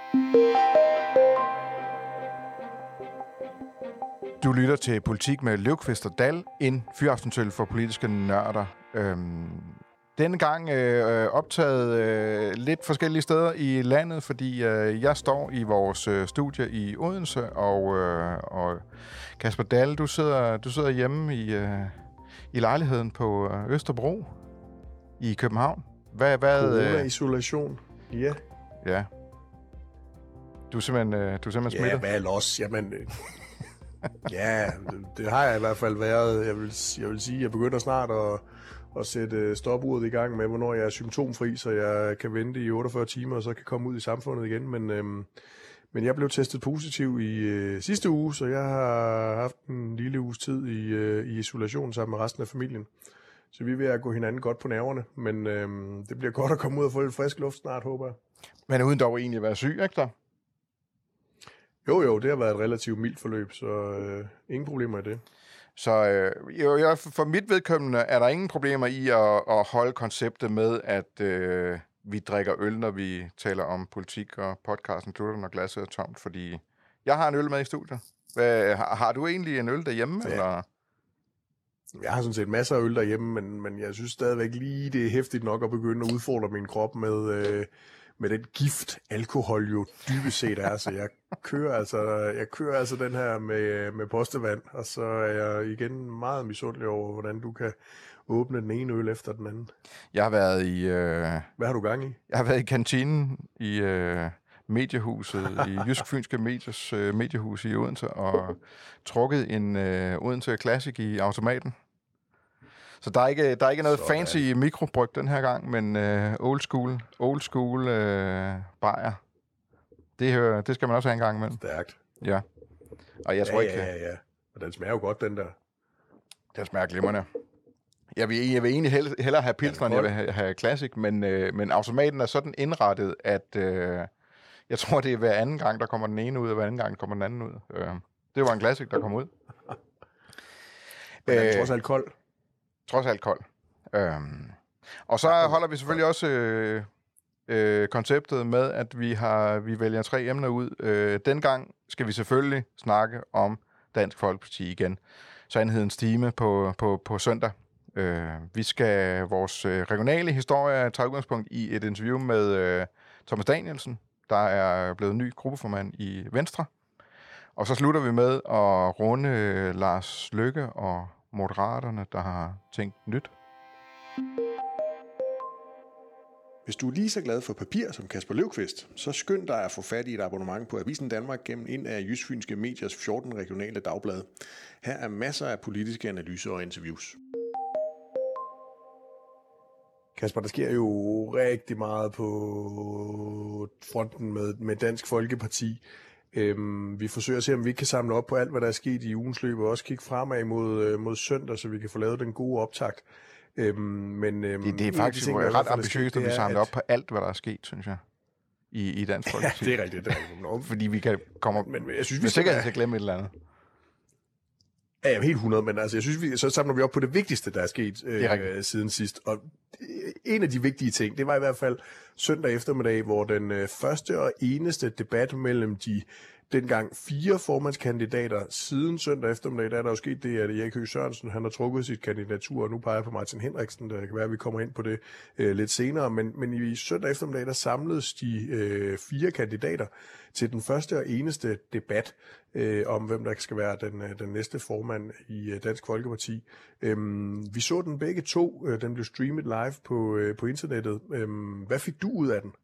Du lytter til Politik med Løvqvist og Dahl, en fyraftensøl for politiske nørder. Denne gang optaget lidt forskellige steder i landet, fordi jeg står i vores studie i Odense, og Kasper Dahl, du sidder hjemme i lejligheden på Østerbro i København. Hvad Corona-isolation, ja. Ja. Du er simpelthen smittet? Ja, hvad er los? Jamen, ja, det har jeg i hvert fald været. Jeg vil sige, jeg begynder snart at sætte stopuret i gang med, hvornår jeg er symptomfri, så jeg kan vente i 48 timer, og så kan komme ud i samfundet igen. Men jeg blev testet positiv i sidste uge, så jeg har haft en lille uges tid i isolation sammen med resten af familien. Så vi er ved at gå hinanden godt på nerverne, men det bliver godt at komme ud og få lidt frisk luft snart, håber jeg. Men uden dog egentlig at være syg, ikke der? Jo, det har været et relativt mildt forløb, så ingen problemer i det. Så for mit vedkommende er der ingen problemer i at holde konceptet med, at vi drikker øl, når vi taler om politik, og podcasten slutter, når glasset er tomt, fordi jeg har en øl med i studiet. Har du egentlig en øl derhjemme? Ja. Eller? Jeg har sådan set masser af øl derhjemme, men jeg synes stadigvæk lige, det er hæftigt nok at begynde at udfordre min krop med den gift, alkohol jo dybest set er. Så jeg kører altså den her med postevand, og så er jeg igen meget misundelig over, hvordan du kan åbne den ene øl efter den anden. Jeg har været i... Hvad har du gang i? Jeg har været i kantinen i mediehuset, i Jysk Fynske Mediers mediehus i Odense, og trukket en Odense Classic i automaten. Så der er ikke noget sådan fancy mikrobryg den her gang, men old school bajer. Det skal man også have en gang imellem. Stærkt. Ja. Og jeg tror ikke... Ja. Og den smager jo godt, den der. Den smager glimrende. Jeg vil egentlig hellere have pilsner, end jeg vil have Classic, men automaten er sådan indrettet, at jeg tror, det er hver anden gang, der kommer den ene ud, og hver anden gang, der kommer den anden ud. Det var en Classic, der kom ud. Men den er trods alt kold. Trods alt kold. Og så holder vi selvfølgelig også konceptet med, at vi vælger 3 emner ud. Dengang skal vi selvfølgelig snakke om Dansk Folkeparti igen. Sandhedens time på søndag. Vi skal vores regionale historie tage udgangspunkt i et interview med Thomas Danielsen, der er blevet ny gruppeformand i Venstre. Og så slutter vi med at runde Lars Løkke og Moderaterne, der har tænkt nyt. Hvis du er lige så glad for papir som Kasper Løvqvist, så skynd dig at få fat i et abonnement på Avisen Danmark gennem en af Jysk Fynske Mediers 14 regionale dagblade. Her er masser af politiske analyser og interviews. Kasper, der sker jo rigtig meget på fronten med Dansk Folkeparti. Vi forsøger at se, om vi kan samle op på alt, hvad der er sket i ugens løb, og også kigge fremad mod søndag, så vi kan få lavet den gode optakt. Det er faktisk ret ambitiøst, at vi samler op på alt, hvad der er sket, synes jeg, i Dansk Folkeparti. Ja, det er rigtigt. Fordi vi kan komme men jeg synes, vi med sikkerhed til at glemme et eller andet. Ja, helt 100, men altså, jeg synes, så samler vi op på det vigtigste, der er sket siden sidst. Og en af de vigtige ting, det var i hvert fald søndag eftermiddag, hvor den første og eneste debat mellem de dengang 4 formandskandidater siden søndag eftermiddag, der er der jo sket det, at Erik Høegh Sørensen, han har trukket sit kandidatur, og nu peger på Martin Henriksen. Der kan være, at vi kommer ind på det lidt senere, men i søndag eftermiddag, der samledes de 4 kandidater til den første og eneste debat om, hvem der skal være den næste formand i Dansk Folkeparti. Vi så den begge to. Den blev streamet live på internettet. Hvad fik du ud af den?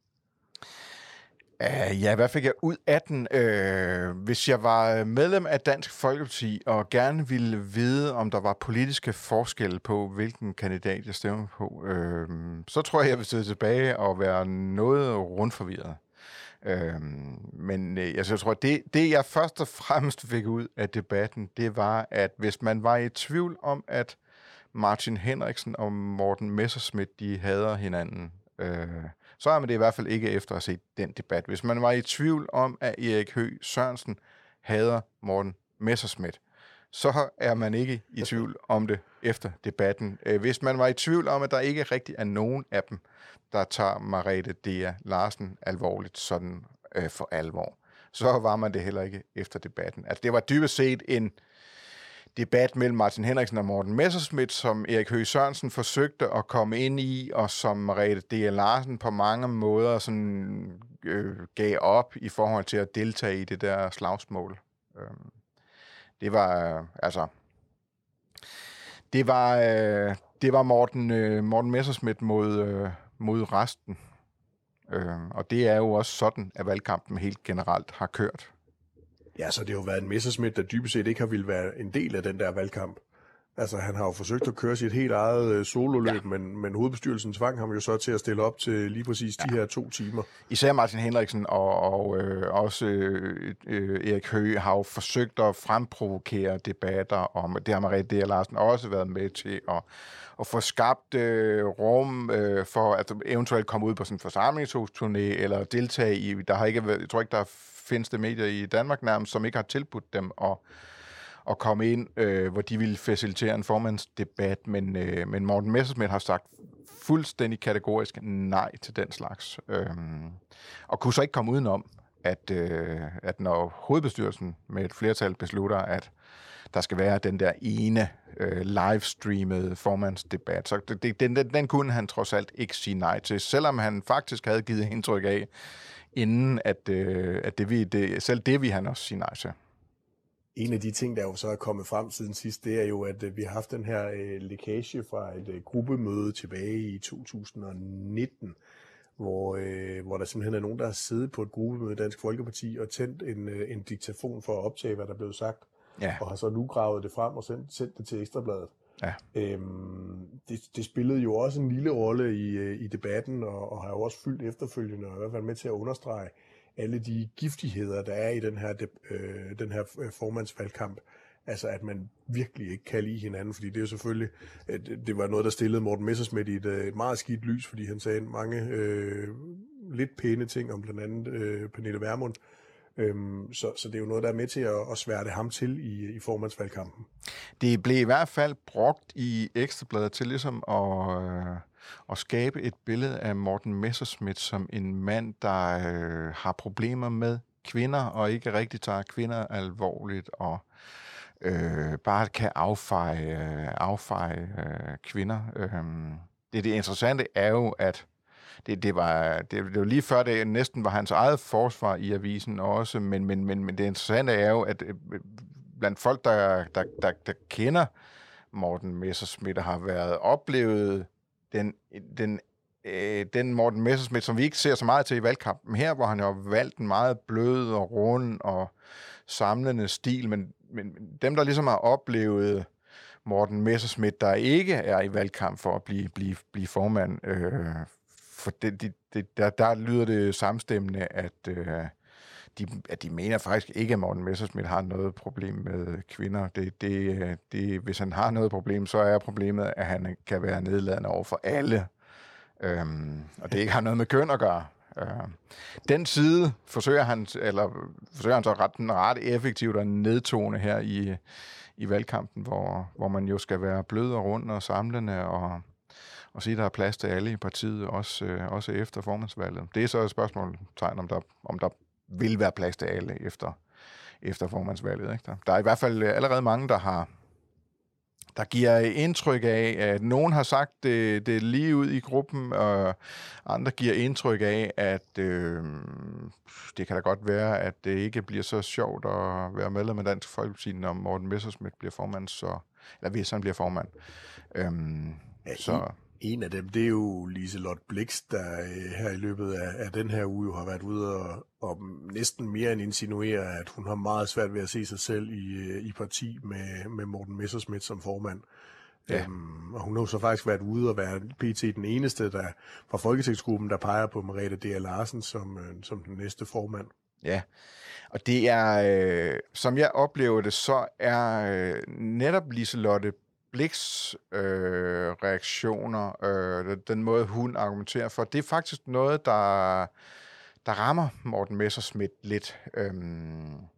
Ja, hvad fik jeg ud af den? Hvis jeg var medlem af Dansk Folkeparti og gerne ville vide, om der var politiske forskelle på, hvilken kandidat jeg stemmer på, så tror jeg ville sidde tilbage og være noget rundforvirret. Men jeg tror, at det jeg først og fremmest fik ud af debatten, det var, at hvis man var i tvivl om, at Martin Henriksen og Morten Messerschmidt, de hader hinanden, så er man det i hvert fald ikke efter at se den debat. Hvis man var i tvivl om, at Erik Høegh Sørensen hader Morten Messerschmidt, så er man ikke i tvivl om det efter debatten. Hvis man var i tvivl om, at der ikke rigtig er nogen af dem, der tager Merete Dea Larsen alvorligt sådan for alvor. Så var man det heller ikke efter debatten. Altså, det var dybest set en debat mellem Martin Henriksen og Morten Messerschmidt, som Erik Høgh Sørensen forsøgte at komme ind i, og som Merete Dea Larsen på mange måder sådan, gav op i forhold til at deltage i det der slagsmål. Det var det var Morten Messerschmidt mod resten. Og det er jo også sådan, at valgkampen helt generelt har kørt. Ja, så det har jo været en Messerschmidt, der dybest set ikke har ville være en del af den der valgkamp. Altså, han har jo forsøgt at køre sit helt eget sololøb, ja. men hovedbestyrelsen tvang ham jo så til at stille op til lige præcis de her 2 timer. Især Martin Henriksen og også Erik Høgh har jo forsøgt at fremprovokere debatter om, det har Merete Dea Larsen også været med til at få skabt rum for at eventuelt komme ud på sådan en forsamlingshusturné eller deltage i, der har ikke været, jeg tror ikke, der findes det medier i Danmark nærmest, som ikke har tilbudt dem at komme ind, hvor de ville facilitere en formandsdebat, men Morten Messerschmidt har sagt fuldstændig kategorisk nej til den slags. Og kunne så ikke komme udenom, at når hovedbestyrelsen med et flertal beslutter, at der skal være den der ene livestreamede formandsdebat, så den kunne han trods alt ikke sige nej til, selvom han faktisk havde givet indtryk af, inden at selv det vil han også sige nej til. En af de ting, der jo så er kommet frem siden sidst, det er jo, at vi har haft den her lækage fra et gruppemøde tilbage i 2019, hvor der simpelthen er nogen, der har siddet på et gruppemøde i Dansk Folkeparti og tændt en diktafon for at optage, hvad der blev sagt, og har så nu gravet det frem og sendt det til Ekstrabladet. Ja. Det spillede jo også en lille rolle i debatten, og har jo også fyldt efterfølgende, og i hvert fald med til at understrege alle de giftigheder, der er i den her formandsvalgkamp. Altså, at man virkelig ikke kan lide hinanden, fordi det er jo selvfølgelig, det var noget, der stillede Morten Messerschmidt i et meget skidt lys, fordi han sagde mange lidt pæne ting om blandt andet Pernille Vermund. Så det er jo noget, der er med til at sværte ham til i formandsvalgkampen. Det blev i hvert fald brugt i Ekstrabladet til ligesom at skabe et billede af Morten Messerschmidt som en mand, der har problemer med kvinder, og ikke rigtig tager kvinder alvorligt, og bare kan affeje kvinder. Det interessante er jo, at det var lige før, det næsten var hans eget forsvar i avisen også, men det interessante er jo, at blandt folk, der kender Morten Messerschmidt, har været oplevet den Morten Messerschmidt, som vi ikke ser så meget til i valgkampen her, hvor han har valgt en meget blød og rund og samlende stil, men dem, der ligesom har oplevet Morten Messerschmidt, der ikke er i valgkamp for at blive formand, for der lyder det samstemmende, at de mener faktisk ikke, at Morten Messerschmidt har noget problem med kvinder. Hvis han har noget problem, så er problemet, at han kan være nedladende over for alle. Og det ikke har noget med køn at gøre. Den side forsøger han så ret effektivt at nedtone her i valgkampen, hvor man jo skal være blød og rund og samlende og sige, at der er plads til alle i partiet, også efter formandsvalget. Det er så et spørgsmålstegn, om der vil være plads til alle efter formandsvalget. Ikke? Der er i hvert fald allerede mange, der giver indtryk af, at nogen har sagt det lige ud i gruppen, og andre giver indtryk af, at det kan da godt være, at det ikke bliver så sjovt at være medlem af Dansk Folkeparti, når Morten Messerschmidt bliver formand, eller hvis han bliver formand. En af dem, det er jo Liselott Blixt, der her i løbet af den her uge har været ude og næsten mere end insinuere, at hun har meget svært ved at se sig selv i parti med Morten Messerschmidt som formand. Ja. Og hun har jo så faktisk været ude og være pt. Den eneste der fra Folketingsgruppen, der peger på Merete Dea Larsen som den næste formand. Ja, og det er, som jeg oplever det, så er netop Liselotte Blixts reaktioner, den måde hun argumenterer for, det er faktisk noget, der rammer Morten Messerschmidt lidt.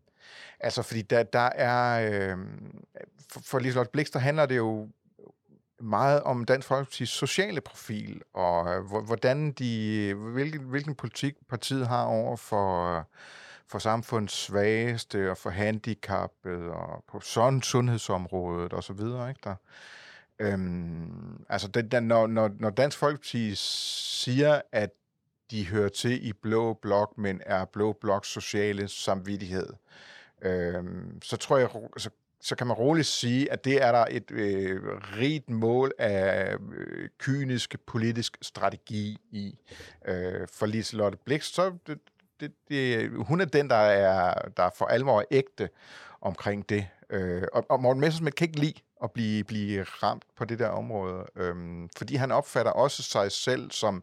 Altså fordi der er for Liselott Blixt, der handler det jo meget om Dansk Folkepartis sociale profil, og hvordan hvilken politik partiet har over for samfundets svageste, og for handicappede, og på sundhedsområdet, og så videre, ikke der? Altså, når Dansk Folkeparti siger, at de hører til i blå blok, men er blå bloks sociale samvittighed, så tror jeg, så kan man roligt sige, at det er der et rigt mål af kynisk politisk strategi i. For Liselotte Blixt, så hun er den, der er for alvor ægte omkring det. Og Morten Messerschmidt kan ikke lide at blive ramt på det der område, fordi han opfatter også sig selv som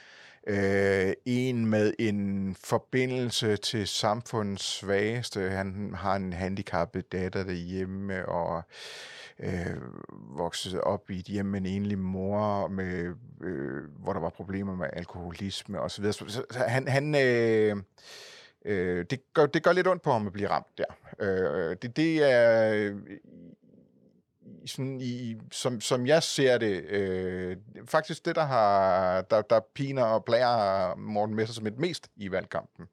en med en forbindelse til samfundets svageste. Han har en handicappet datter derhjemme, og voksede op i et hjem med en enlig mor, med, hvor der var problemer med alkoholisme og så videre. Så det gør lidt ondt på ham at blive ramt der. Det er sådan som jeg ser det, faktisk det, der piner og blærer Morten Messerschmidt mest i valgkampen.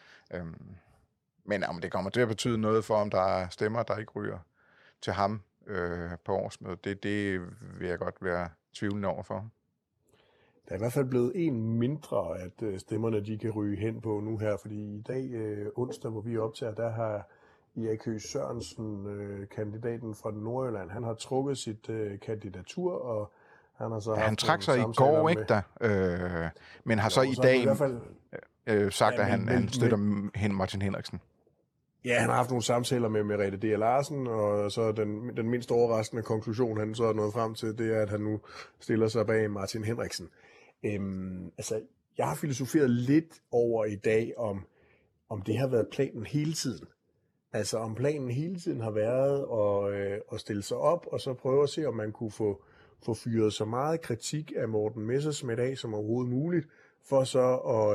Men om det kommer til at betyde noget for, om der er stemmer, der ikke ryger til ham på årsmødet, det vil jeg godt være tvivlende overfor. Der er i hvert fald blevet en mindre, at stemmerne de kan ryge hen på nu her, fordi i dag, onsdag, hvor vi optager, der har Erik Høegh Sørensen, kandidaten fra Nordjylland, han har trukket sit kandidatur, og han har så han trak sig i går, ikke der? Men har så i dag sagt, at han støtter Martin Henriksen. Ja, han har haft nogle samtaler med Merete D. Larsen, og så den mindst overraskende konklusion, han så er nået frem til, det er, at han nu stiller sig bag Martin Henriksen. Altså, jeg har filosoferet lidt over i dag, om det har været planen hele tiden. Altså, om planen hele tiden har været at stille sig op, og så prøve at se, om man kunne få fyret så meget kritik af Morten Messerschmidt af som overhovedet muligt, for så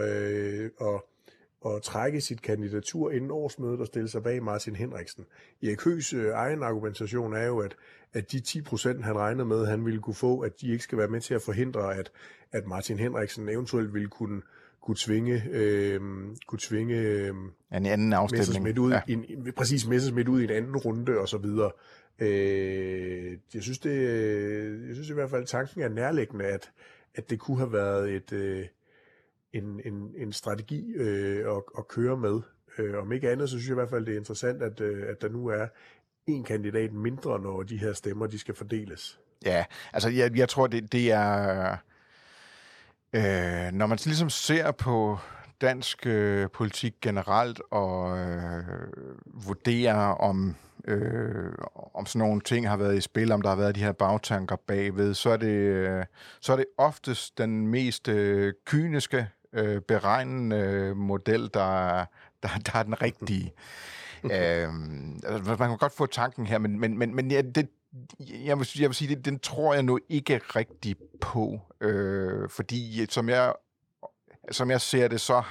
at trække sit kandidatur inden årsmødet og stille sig bag Martin Henriksen. Erik Høeghs egen argumentation er jo, at de 10%, han regnede med, han ville kunne få, at de ikke skal være med til at forhindre, at Martin Henriksen eventuelt ville kunne tvinge en anden afstemning. Messerschmidt ud i en anden runde og så videre. Jeg synes i hvert fald, tanken er nærliggende, at det kunne have været en strategi at køre med. Om ikke andet, så synes jeg i hvert fald, det er interessant, at der nu er en kandidat mindre, når de her stemmer, de skal fordeles. Ja, altså jeg tror, det er... når man ligesom ser på dansk politik generelt og vurderer om sådan nogle ting har været i spil, om der har været de her bagtanker bagved, så er det oftest den mest kyniske beregnende model, der er den rigtige. Man kan godt få tanken her, men ja, jeg vil sige, den tror jeg nu ikke rigtig på, fordi som jeg ser det, så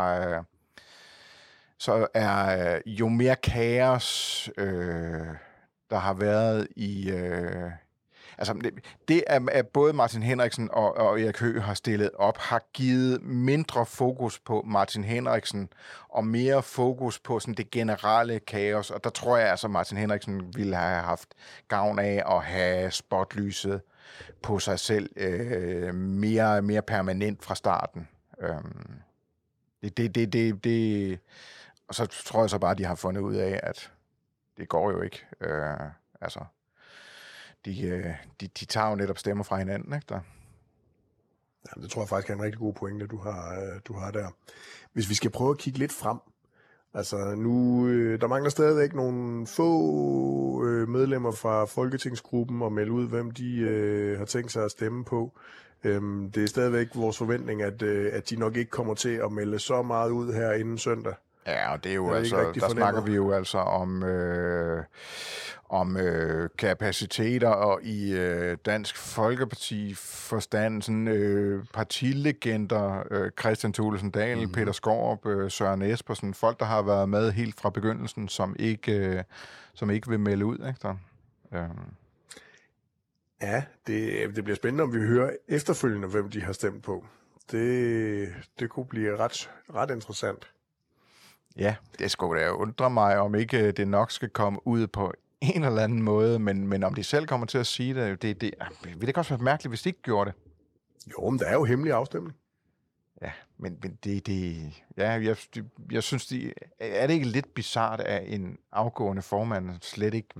er jo mere kaos, der har været i... Altså, det at både Martin Henriksen og Erik Høegh har stillet op, har givet mindre fokus på Martin Henriksen, og mere fokus på sådan det generelle kaos, og der tror jeg altså, Martin Henriksen ville have haft gavn af at have spotlyset på sig selv mere permanent fra starten. Og så tror jeg så bare, at de har fundet ud af, at det går jo ikke. De tager jo netop stemmer fra hinanden, ikke der? Jamen, det tror jeg faktisk er en rigtig god pointe, du har der. Hvis vi skal prøve at kigge lidt frem, altså nu, der mangler stadigvæk nogle få medlemmer fra Folketingsgruppen og melde ud, hvem de har tænkt sig at stemme på. Det er stadigvæk vores forventning, at de nok ikke kommer til at melde så meget ud her inden søndag. Ja, og det er jo der snakker vi jo altså om kapaciteter og i Dansk Folkeparti forstand sådan partilegender, Christian Thulesen Dahl, Peter Skaarup, Søren Espersen, folk der har været med helt fra begyndelsen, som ikke vil melde ud, ikke der? Ja, det bliver spændende, om vi hører efterfølgende, hvem de har stemt på. Det kunne blive ret interessant. Ja, det skulle da undre mig, om ikke det nok skal komme ud på en eller anden måde, men om de selv kommer til at sige det, vil det ikke også være mærkeligt, hvis de ikke gjorde det? Jo, men der er jo hemmelig afstemning. Ja, men jeg synes, er det ikke lidt bizart, at en afgående formand slet ikke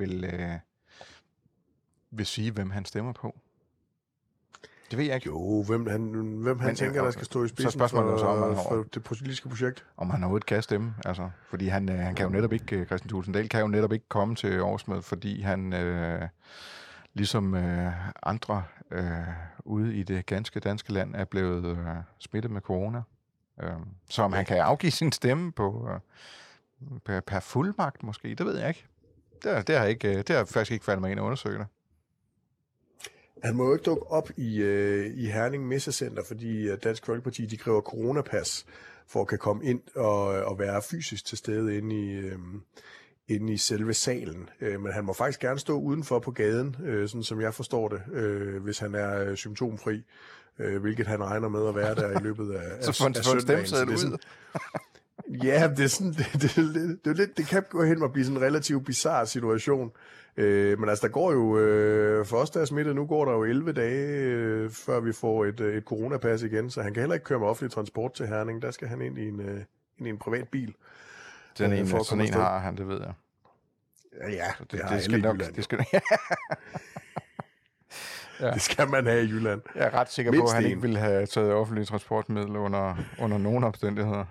vil sige, hvem han stemmer på? Det ved jeg ikke. Jo, hvem han tænker, der skal stå i spidsen for det politiske projekt. Om han overhovedet kan stemme, altså. Fordi han kan jo netop ikke, Kristian Thulesen Dahl kan jo netop ikke komme til årsmødet, fordi han, ligesom andre ude i det ganske danske land, er blevet smittet med corona. Så om han kan afgive sin stemme på per fuldmagt måske, det ved jeg ikke. Det har faktisk ikke faldet mig ind at undersøge det. Han må jo ikke dukke op i Herning Messecenter, fordi Dansk Folkeparti, de kræver coronapas for at kan komme ind og være fysisk til stede inde i selve salen. Men han må faktisk gerne stå udenfor på gaden, sådan som jeg forstår det, hvis han er symptomfri, hvilket han regner med at være der i løbet af så få en stemmeseddel ud. Ja, det er sådan, det kan gå hen og blive sådan en relativt bizarre situation. Men altså, der går jo, for os der er smittet, nu går der jo 11 dage, før vi får et coronapas igen, så han kan heller ikke køre med offentlig transport til Herning. Der skal han ind i en privat bil. Sådan en har han, det ved jeg. Ja, det skal nok. Ja. Det skal man have i Jylland. Jeg er ret sikker på, at han ikke ville have taget offentlige transportmidler under nogen omstændigheder.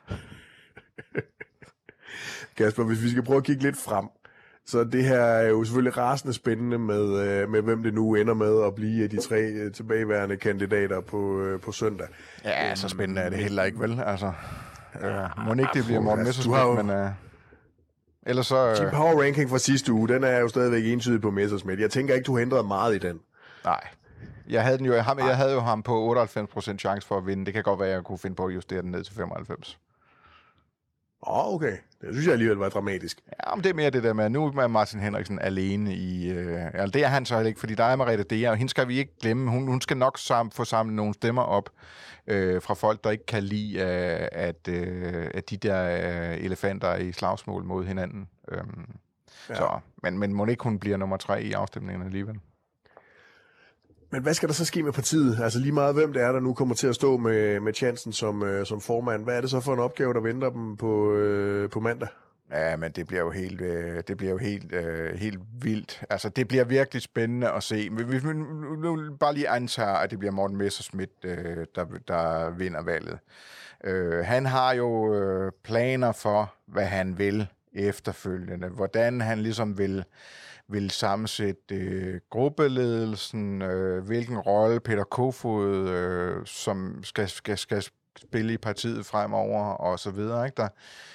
Kasper, hvis vi skal prøve at kigge lidt frem, så det her er jo selvfølgelig rasende spændende med hvem det nu ender med at blive af de 3 tilbageværende kandidater på søndag. Ja, så spændende er det heller ikke, vel? Altså, må ikke det bliver Morten Messerschmidt, men... Ellers så... Team Power Ranking fra sidste uge, den er jo stadigvæk entydig på Messerschmidt. Jeg tænker ikke, du har ændret meget i den. Nej. Jeg havde jo ham på 98% chance for at vinde. Det kan godt være, at jeg kunne finde på at justere den ned til 95%. Okay. Det synes jeg alligevel var dramatisk. Ja, men det er mere det der med, nu er Martin Henriksen alene i... altså det er han så heller ikke, fordi der er Merete Dea, og hende skal vi ikke glemme. Hun skal nok få samlet nogle stemmer op fra folk, der ikke kan lide, at de der elefanter er i slagsmål mod hinanden. Ja. Så, men må ikke hun bliver nummer 3 i afstemningen alligevel? Men hvad skal der så ske med partiet? Altså lige meget hvem det er, der nu kommer til at stå med chancen som formand. Hvad er det så for en opgave, der venter dem på mandag? Ja, men det bliver jo helt vildt. Altså, det bliver virkelig spændende at se. Vi nu bare lige antager, at det bliver Morten Messerschmidt, der vinder valget. Han har jo planer for, hvad han vil efterfølgende. Hvordan han ligesom vil sammensætte gruppeledelsen, hvilken rolle Peter Kofod, som skal spille i partiet fremover, og så videre, ikke?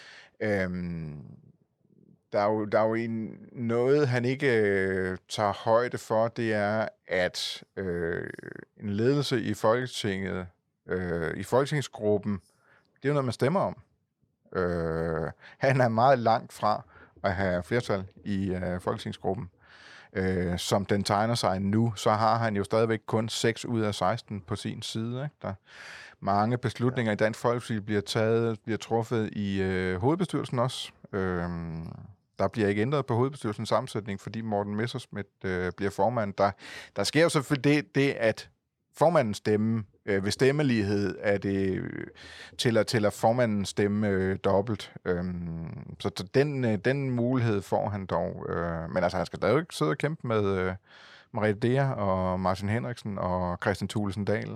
Der er jo noget, han ikke tager højde for, det er, at en ledelse i Folketinget, i folketingsgruppen, det er jo noget, man stemmer om. Han er meget langt fra at have flertal i folketingsgruppen. Som den tegner sig nu, så har han jo stadigvæk kun 6 ud af 16 på sin side. Ikke? Der mange beslutninger i Dansk Folkeparti bliver truffet i hovedbestyrelsen også. Der bliver ikke ændret på hovedbestyrelsens sammensætning, fordi Morten Messerschmidt bliver formand. Der sker jo selvfølgelig det at formandens stemme ved stemmelighed er det tæller formandens stemme dobbelt. Så den mulighed får han dog. Men altså, han skal stadig sidde og kæmpe med Merete Dea og Martin Henriksen og Kristian Thulesen Dahl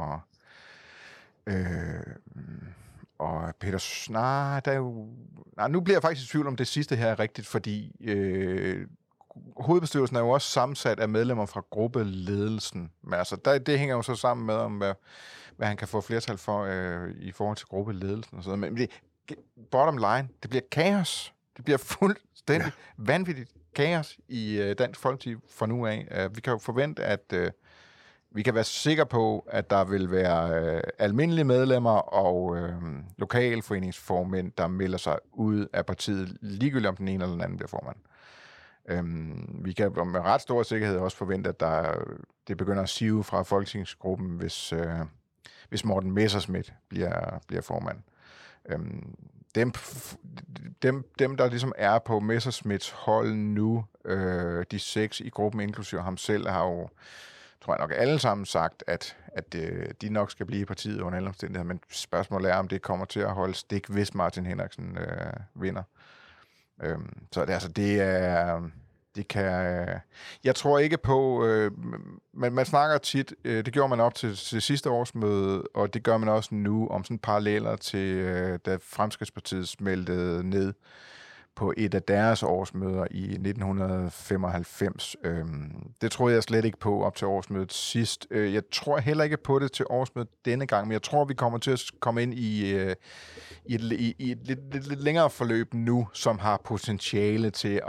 og Peter... nu bliver jeg faktisk i tvivl om det sidste her er rigtigt, fordi hovedbestyrelsen er jo også sammensat af medlemmer fra gruppeledelsen. Men altså, det hænger jo så sammen med, om hvad han kan få flertal for i forhold til gruppeledelsen og sådan noget. Men bottom line, det bliver kaos. Det bliver fuldstændig vanvittigt kaos i Dansk Folkeparti fra nu af. Vi kan jo forvente, at vi kan være sikre på, at der vil være almindelige medlemmer og lokalforeningsformænd, der melder sig ud af partiet, ligegyldigt om den ene eller den anden bliver formand. Vi kan med ret stor sikkerhed også forvente, at det begynder at sive fra folketingsgruppen, hvis Morten Messerschmidt bliver formand. Dem, der ligesom er på Messerschmidts hold nu, de 6 i gruppen, inklusive ham selv, har jo, tror jeg nok, alle sammen sagt, at de nok skal blive i partiet under alle omstændigheder, men spørgsmålet er, om det kommer til at holde stik, hvis Martin Henriksen vinder. Så det kan... Jeg tror ikke på... man snakker tit, det gjorde man op til sidste årsmøde, og det gør man også nu, om sådan paralleller til, da Fremskridtspartiet smeltede ned på et af deres årsmøder i 1995. Det troede jeg slet ikke på op til årsmødet sidst. Jeg tror heller ikke på det til årsmødet denne gang, men jeg tror, vi kommer til at komme ind i et lidt længere forløb nu, som har potentiale til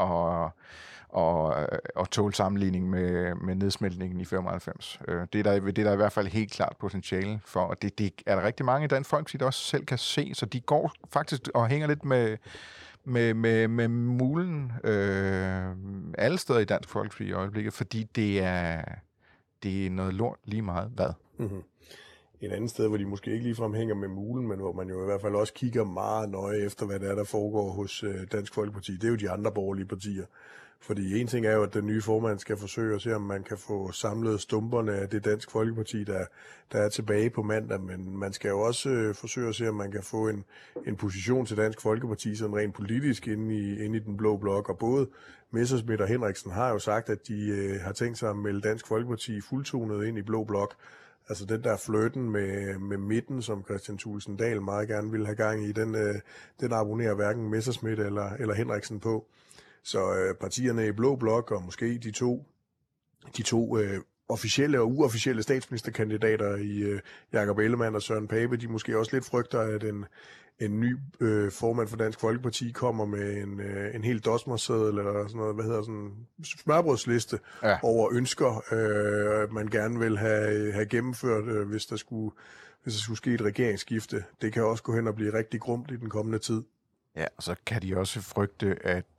at tåle sammenligning med nedsmeltningen i 95. Det er der i hvert fald helt klart potentiale for, og det er der rigtig mange i Dansk Folkeparti, der også selv kan se, så de går faktisk og hænger lidt med mulen alle steder i Dansk Folkeparti i øjeblikket, fordi det er noget lort lige meget hvad. Mm-hmm. Et andet sted, hvor de måske ikke ligefrem hænger med mulen, men hvor man jo i hvert fald også kigger meget nøje efter, hvad det er, der foregår hos Dansk Folkeparti. Det er jo de andre borgerlige partier. Fordi en ting er jo, at den nye formand skal forsøge at se, om man kan få samlet stumperne af det Dansk Folkeparti, der er tilbage på mandag, men man skal jo også forsøge at se, om man kan få en position til Dansk Folkeparti, sådan rent politisk inde i den blå blok, og både Messerschmidt og Henriksen har jo sagt, at de har tænkt sig at melde Dansk Folkeparti fuldtonet ind i blå blok. Altså den der flirten med midten, som Kristian Thulesen Dahl meget gerne ville have gang i, den abonnerer hverken Messerschmidt eller Henriksen på. Så partierne i blå blok, og måske de to officielle og uofficielle statsministerkandidater i Jakob Ellemann og Søren Pape, de måske også lidt frygter, at en ny formand for Dansk Folkeparti kommer med en helt dosmerseddel eller sådan noget, sådan en smørbrødsliste over ønsker, man gerne vil have gennemført, hvis der skulle ske et regeringsskifte. Det kan også gå hen og blive rigtig grumt i den kommende tid. Ja, og så kan de også frygte,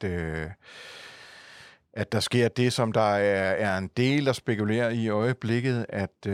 at der sker det, som der er en del, der spekulerer i øjeblikket, at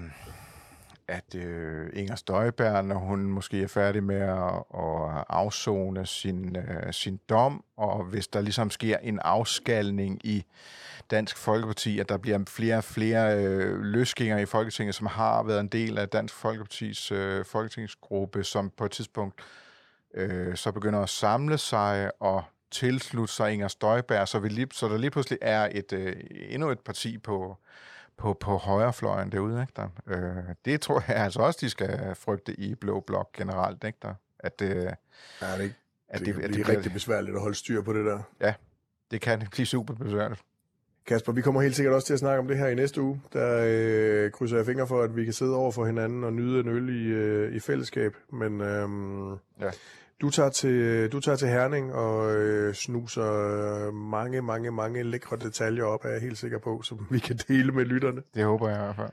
Inger Støjberg, når hun måske er færdig med at afsone sin dom, og hvis der ligesom sker en afskalning i Dansk Folkeparti, at der bliver flere og flere løsgængere i Folketinget, som har været en del af Dansk Folkepartis folketingsgruppe, som på et tidspunkt så begynder at samle sig og tilslutte sig Inger Støjberg, så der lige pludselig er endnu et parti på højrefløjen derude, ikke der? Det tror jeg altså også, de skal frygte i blå blok generelt, ikke der? Det er rigtig besværligt at holde styr på det der. Ja, det kan blive super besværligt. Kasper, vi kommer helt sikkert også til at snakke om det her i næste uge. Der krydser jeg fingre for, at vi kan sidde over for hinanden og nyde en øl i fællesskab. Men ja. Du tager til Herning og snuser mange lækre detaljer op, er jeg helt sikker på, som vi kan dele med lytterne. Det håber jeg i hvert fald.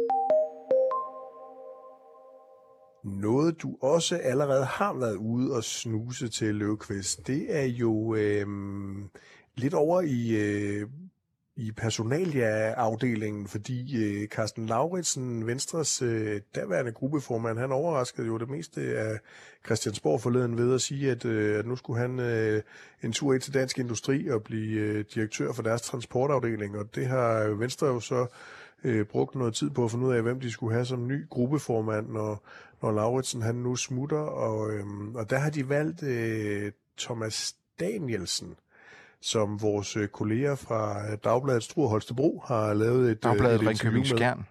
Noget, du også allerede har været ude og snuse til, Løvqvist, det er jo lidt over i personalia-afdelingen, fordi Carsten Lauritsen, Venstres daværende gruppeformand, han overraskede jo det meste af Christiansborg forleden ved at sige, at nu skulle han en tur ind til Dansk Industri og blive direktør for deres transportafdeling, og det har Venstre jo så brugt noget tid på at finde ud af, hvem de skulle have som ny gruppeformand, når Lauritsen han nu smutter, og der har de valgt Thomas Danielsen, som vores kolleger fra Dagbladet Struer Holstebro har lavet et Dagbladet Ringkøbing Skjern.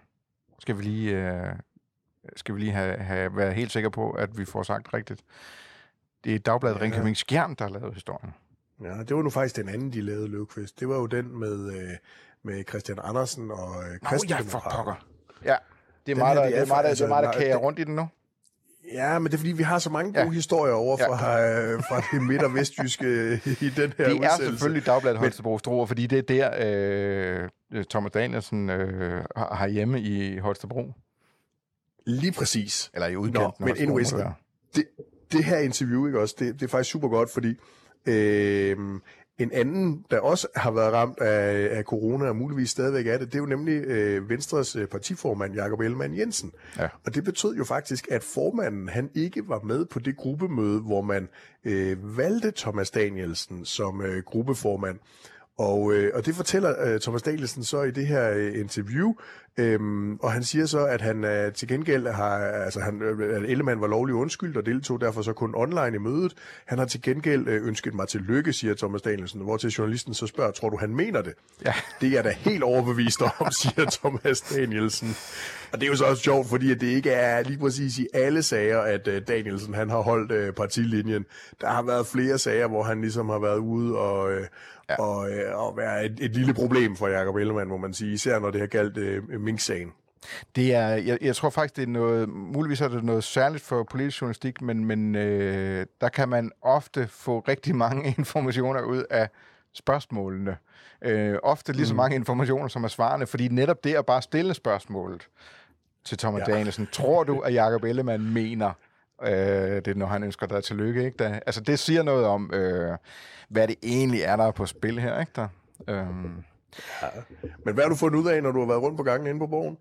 Skal vi lige have været helt sikre på, at vi får sagt rigtigt. Det er Dagbladet Ringkøbing Skjern, der har lavet historien. Ja, det var nu faktisk den anden, de lavede, Løvqvist. Det var jo den med Christian Andersen og Christian. For pokker. Ja, det er meget, der kager rundt i den nu. Ja, men det er fordi, vi har så mange gode historier over fra det midt- og vestjyske i den her udsendelse. Det er selvfølgelig Dagbladet Holstebro Struer, fordi det er der, Thomas Danielsen har hjemme i Holstebro. Lige præcis. Eller i udkanten. Men anyways, det her interview, ikke også, det er faktisk super godt, fordi En anden, der også har været ramt af corona, og muligvis stadigvæk er det er jo nemlig Venstres partiformand, Jakob Ellemann-Jensen. Ja. Og det betød jo faktisk, at formanden, han ikke var med på det gruppemøde, hvor man valgte Thomas Danielsen som gruppeformand. Og det fortæller Thomas Danielsen så i det her interview, og han siger så, at han til gengæld at Ellemann var lovlig undskyldt og deltog derfor så kun online i mødet. Han har til gengæld ønsket mig tillykke, siger Thomas Danielsen, hvor til journalisten så spørger, tror du han mener det? Ja. Det er da helt overbevist om, siger Thomas Danielsen. Og det er jo så også sjovt, fordi at det ikke er lige præcis i alle sager, at Danielsen han har holdt partilinjen. Der har været flere sager, hvor han ligesom har været ude og være et lille problem for Jakob Ellemann, må man sige, især når det har galt Mink-sagen. Det er, jeg tror faktisk, det er noget, muligvis er det noget særligt for politisk journalistik, men der kan man ofte få rigtig mange informationer ud af spørgsmålene. Ofte lige så mange informationer, som er svarene, fordi netop det at bare stille spørgsmålet til Thomas Danielsen, tror du, at Jakob Ellemann mener, det er, når han ønsker dig tillykke, ikke? Altså, det siger noget om, hvad det egentlig er, der er på spil her, ikke? Men hvad har du fundet ud af, når du har været rundt på gangen inde på Borgen?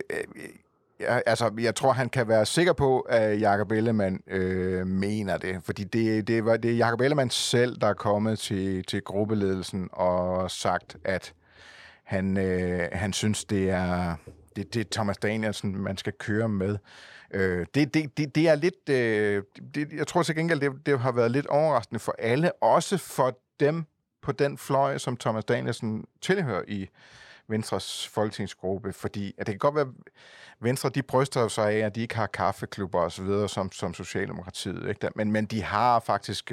Jeg tror, han kan være sikker på, at Jakob Ellemann mener det, fordi det er Jakob Ellemann selv, der er kommet til gruppeledelsen og sagt, at han synes, det er Thomas Danielsen, man skal køre med. Det er lidt... jeg tror til gengæld, det har været lidt overraskende for alle, også for dem på den fløj, som Thomas Danielsen tilhører i Venstres folketingsgruppe, fordi at det kan godt være, Venstre, de bryster sig af, at de ikke har kaffeklubber og så videre, som Socialdemokratiet, ikke? Men de har faktisk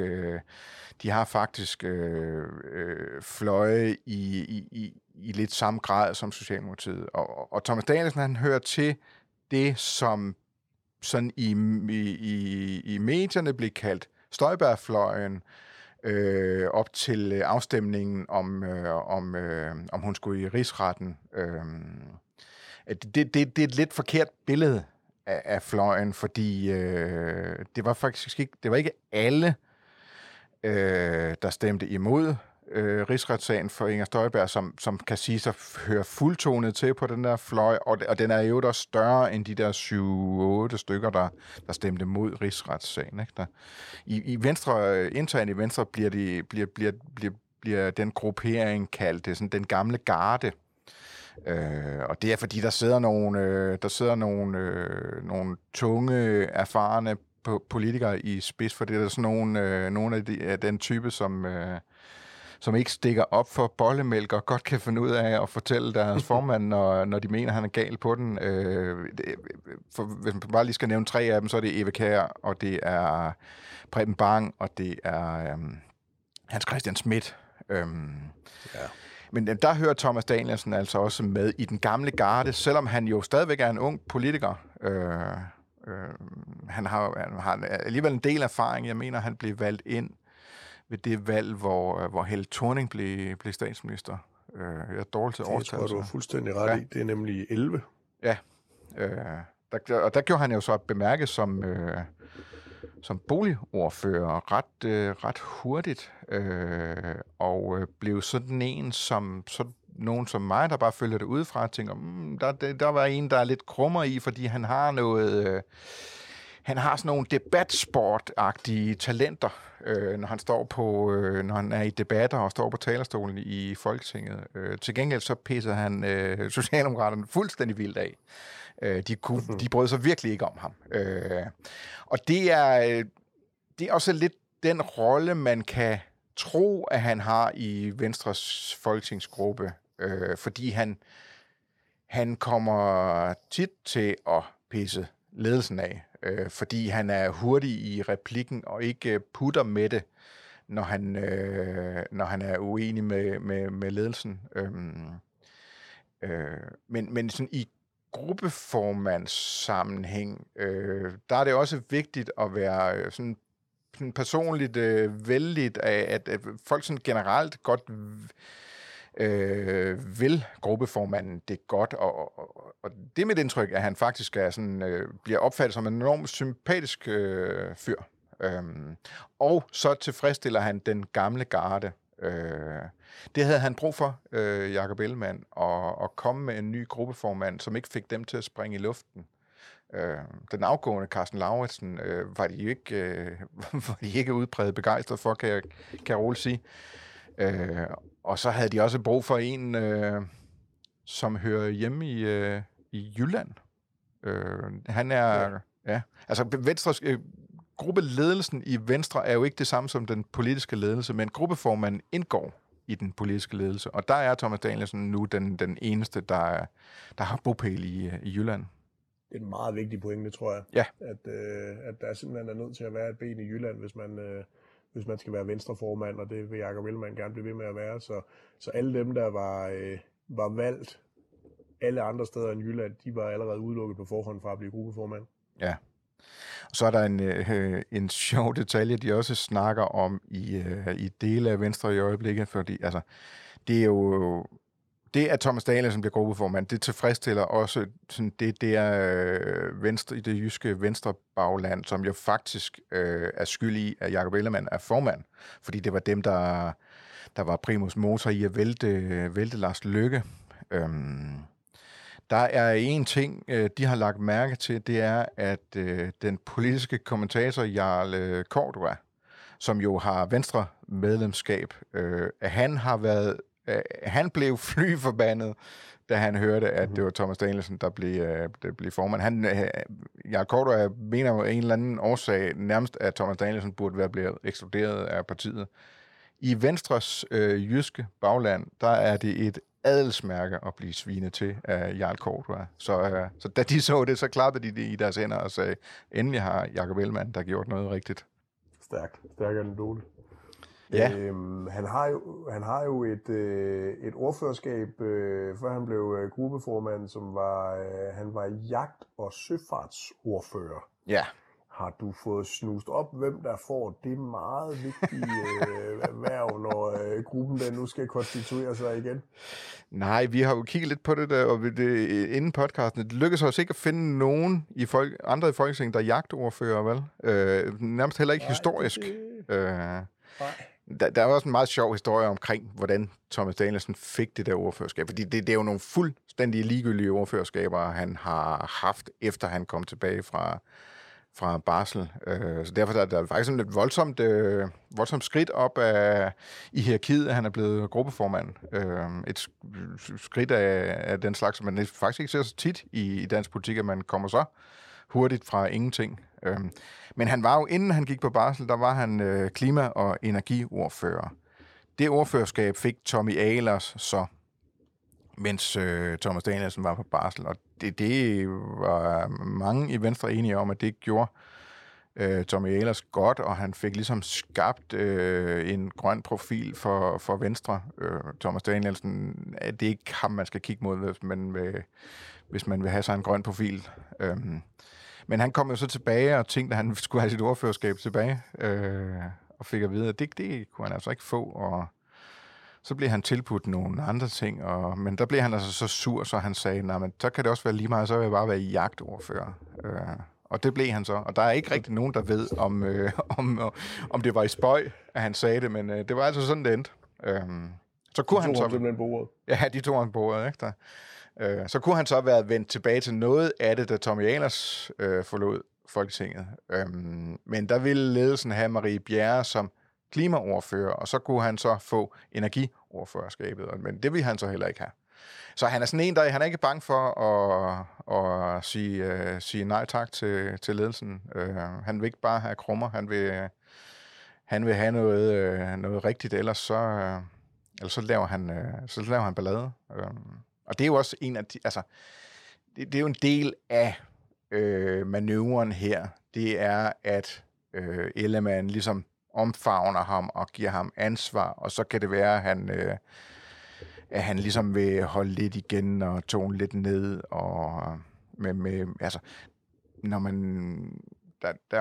fløje i lidt samme grad som Socialdemokratiet. Og Thomas Danielsen, han hører til det, som sådan i medierne blev kaldt Støjberg-fløjen, op til afstemningen om hun skulle i rigsretten. Det er et lidt forkert billede af fløjen, fordi det var faktisk ikke alle, der stemte imod rigsretssagen for Inger Støjberg, som kan sige sig høre fuldtonet til på den der fløj, og den er jo også større end de der 7-8 stykker, der stemte mod rigsretssagen. Ikke? I Venstre, internt i Venstre, bliver den gruppering kaldt det sådan den gamle garde. Og det er fordi, der sidder nogle tunge, erfarne politikere i spids, for det er der sådan nogle af den type, som ikke stikker op for bollemælk og godt kan finde ud af at fortælle deres formand, når de mener, han er gal på den. Hvis man bare lige skal nævne 3 af dem, så er det Eva Kjær, og det er Preben Bang, og det er Hans Christian Schmidt. Men der hører Thomas Danielsen altså også med i den gamle garde, selvom han jo stadigvæk er en ung politiker. Han har alligevel en del erfaring. Jeg mener, han blev valgt ind ved det valg, hvor Helle Thorning blev statsminister. Jeg er dårlig til årstal. Det tror du er fuldstændig ret i. Det er nemlig 11. Ja. Der gjorde han jo så bemærket som boligordfører ret hurtigt, og blev sådan en nogen som mig, der bare følger det udefra og tænker, der var en, der er lidt krummer i, fordi han har noget... Han har sådan nogle debatsport-agtige talenter, når han er i debatter og står på talerstolen i Folketinget. Til gengæld så pisser han Socialdemokraterne fuldstændig vildt af. De brød sig virkelig ikke om ham. Og det er også lidt den rolle, man kan tro, at han har i Venstres folketingsgruppe, fordi han kommer tit til at pisse ledelsen af, fordi han er hurtig i replikken og ikke putter med det, når han er uenig med ledelsen. Men sådan i gruppeformandssammenhæng, der er det også vigtigt at være sådan personligt vældigt, at folk sådan generelt godt vil gruppeformanden det godt, og det er mit indtryk, at han faktisk er sådan, bliver opfattet som en enormt sympatisk fyr. Og så tilfredsstiller han den gamle garde. Det havde han brug for, Jakob Ellemann, at komme med en ny gruppeformand, som ikke fik dem til at springe i luften. Den afgående Carsten Lauritsen var de ikke udpræget begejstret for, kan jeg roligt sige. Og så havde de også brug for en, som hører hjemme i Jylland. Han er... Ja. Altså, Venstres... Gruppeledelsen i Venstre er jo ikke det samme som den politiske ledelse, men gruppeformanden indgår i den politiske ledelse, og der er Thomas Danielsen nu den eneste, der har bopæl i Jylland. Det er en meget vigtig pointe, tror jeg. Ja. At der simpelthen er nødt til at være et ben i Jylland, hvis man skal være venstreformand, og det vil Jakob Ellemann gerne blive ved med at være. Så alle dem, der var valgt alle andre steder end Jylland, de var allerede udelukket på forhånd fra at blive gruppeformand. Ja. Og så er der en sjov detalje, de også snakker om i dele af Venstre i øjeblikket, fordi altså, det er jo... Det, at Thomas Danielsen bliver gruppeformand, det tilfredsstiller også sådan det der venstre, i det jyske venstrebagland, som jo faktisk er skyld i, at Jakob Ellemann er formand. Fordi det var dem, der var primus motor i at vælte Lars Løkke. Der er en ting, de har lagt mærke til, det er, at den politiske kommentator Jarl Cordua, som jo har Venstre medlemskab, han blev flyforbandet, da han hørte, at det var Thomas Danielsen, der blev formand. Jarl Cordua mener jo en eller anden årsag nærmest, at Thomas Danielsen burde være blevet ekskluderet af partiet. I Venstres jyske bagland, der er det et adelsmærke at blive svinet til af Jarl Cordua. Så da de så det, så klappede de det i deres hænder og sagde, endelig har Jakob Ellemann, der gjort noget rigtigt. Stærk anekdote. Ja. Han har jo et ordførerskab, før han blev gruppeformand, som han var jagt- og søfartsordfører. Ja. Har du fået snust op, hvem der får det meget vigtige erhverv, når gruppen der nu skal konstituere sig igen? Nej, vi har jo kigget lidt på det der, og inden podcasten. Det lykkedes os ikke at finde nogen andre i Folketinget, der er jagtordfører, vel? Nærmest heller ikke historisk. Der er også en meget sjov historie omkring, hvordan Thomas Danielsen fik det der ordførerskab. Fordi det er jo nogle fuldstændig ligegyldige ordførerskaber, han har haft, efter han kom tilbage fra barsel. Så derfor er der faktisk en lidt voldsomt skridt op i hierarkiet, at han er blevet gruppeformand. Et skridt af den slags, som man faktisk ikke ser så tit i dansk politik, at man kommer så hurtigt fra ingenting. Men han var jo, inden han gik på barsel, der var han klima- og energiordfører. Det ordførerskab fik Tommy Ahlers så, mens Thomas Danielsen var på barsel, og det var mange i Venstre enige om, at det gjorde Tommy Ahlers godt, og han fik ligesom skabt en grøn profil for Venstre. Thomas Danielsen, det er ikke ham, man skal kigge mod, hvis man vil have sig en grøn profil. Men han kom jo så tilbage og tænkte, at han skulle have sit ordførerskab tilbage, og fik at vide, at det kunne han altså ikke få, og så blev han tilbudt nogle andre ting, men der blev han altså så sur, så han sagde, nej, men så kan det også være lige meget, så vil jeg bare være jagtordfører. Og det blev han så, og der er ikke rigtig nogen, der ved, om det var i spøg, at han sagde det, men det var altså sådan, det endte. Så kunne han så simpelthen på ordet. Ja, de tog han på ordet, ikke der? Så kunne han så være vendt tilbage til noget af det, da Tommy Ahlers forlod Folketinget. Men der ville ledelsen have Marie Bjerre som klimaordfører, og så kunne han så få energiordførerskabet, men det ville han så heller ikke have. Så han er sådan en, han er ikke bange for at sige nej tak til ledelsen. Han vil ikke bare have krummer, han vil have noget rigtigt, ellers så laver han ballade. Og det er jo også en af de, altså, det er jo en del af manøvren her. Det er, at Ellemann ligesom omfavner ham og giver ham ansvar, og så kan det være, at han ligesom vil holde lidt igen og tone lidt ned, og altså, når man, det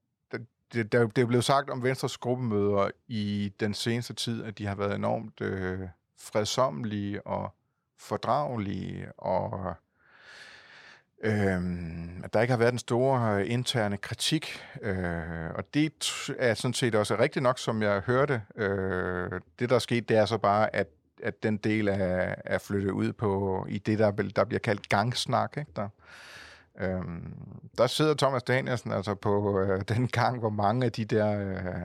er blevet sagt om Venstres gruppemøder i den seneste tid, at de har været enormt fredsommelige og fordragelige, og At der ikke har været den store interne kritik, og det er sådan set også rigtigt nok, som jeg hørte. Det, der er sket, det er så bare, at den del er flyttet ud på i det, der bliver kaldt gangsnak. Ikke? Der sidder Thomas Danielsen altså på den gang, hvor mange af de der